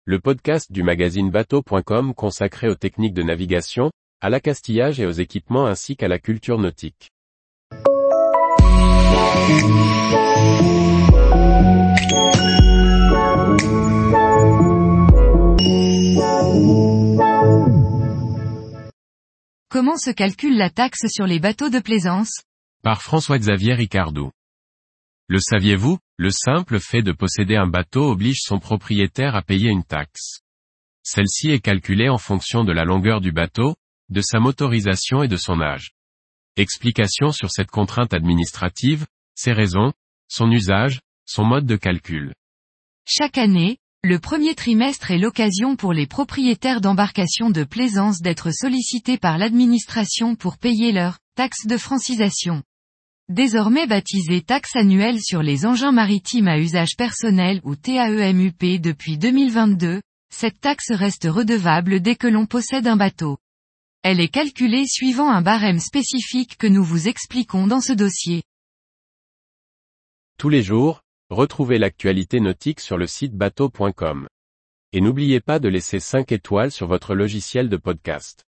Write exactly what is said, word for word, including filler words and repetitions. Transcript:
le podcast du magazine bateau point com consacré aux techniques de navigation, à l'accastillage et aux équipements ainsi qu'à la culture nautique. Comment se calcule la taxe sur les bateaux de plaisance? Par François-Xavier Ricardou. Le saviez-vous, le simple fait de posséder un bateau oblige son propriétaire à payer une taxe. Celle-ci est calculée en fonction de la longueur du bateau, de sa motorisation et de son âge. Explication sur cette contrainte administrative, ses raisons, son usage, son mode de calcul. Chaque année, le premier trimestre est l'occasion pour les propriétaires d'embarcations de plaisance d'être sollicités par l'administration pour payer leur taxe de francisation. Désormais baptisée taxe annuelle sur les engins maritimes à usage personnel ou T A E M U P depuis deux mille vingt-deux, cette taxe reste redevable dès que l'on possède un bateau. Elle est calculée suivant un barème spécifique que nous vous expliquons dans ce dossier. Tous les jours, retrouvez l'actualité nautique sur le site bateau point com. Et n'oubliez pas de laisser cinq étoiles sur votre logiciel de podcast.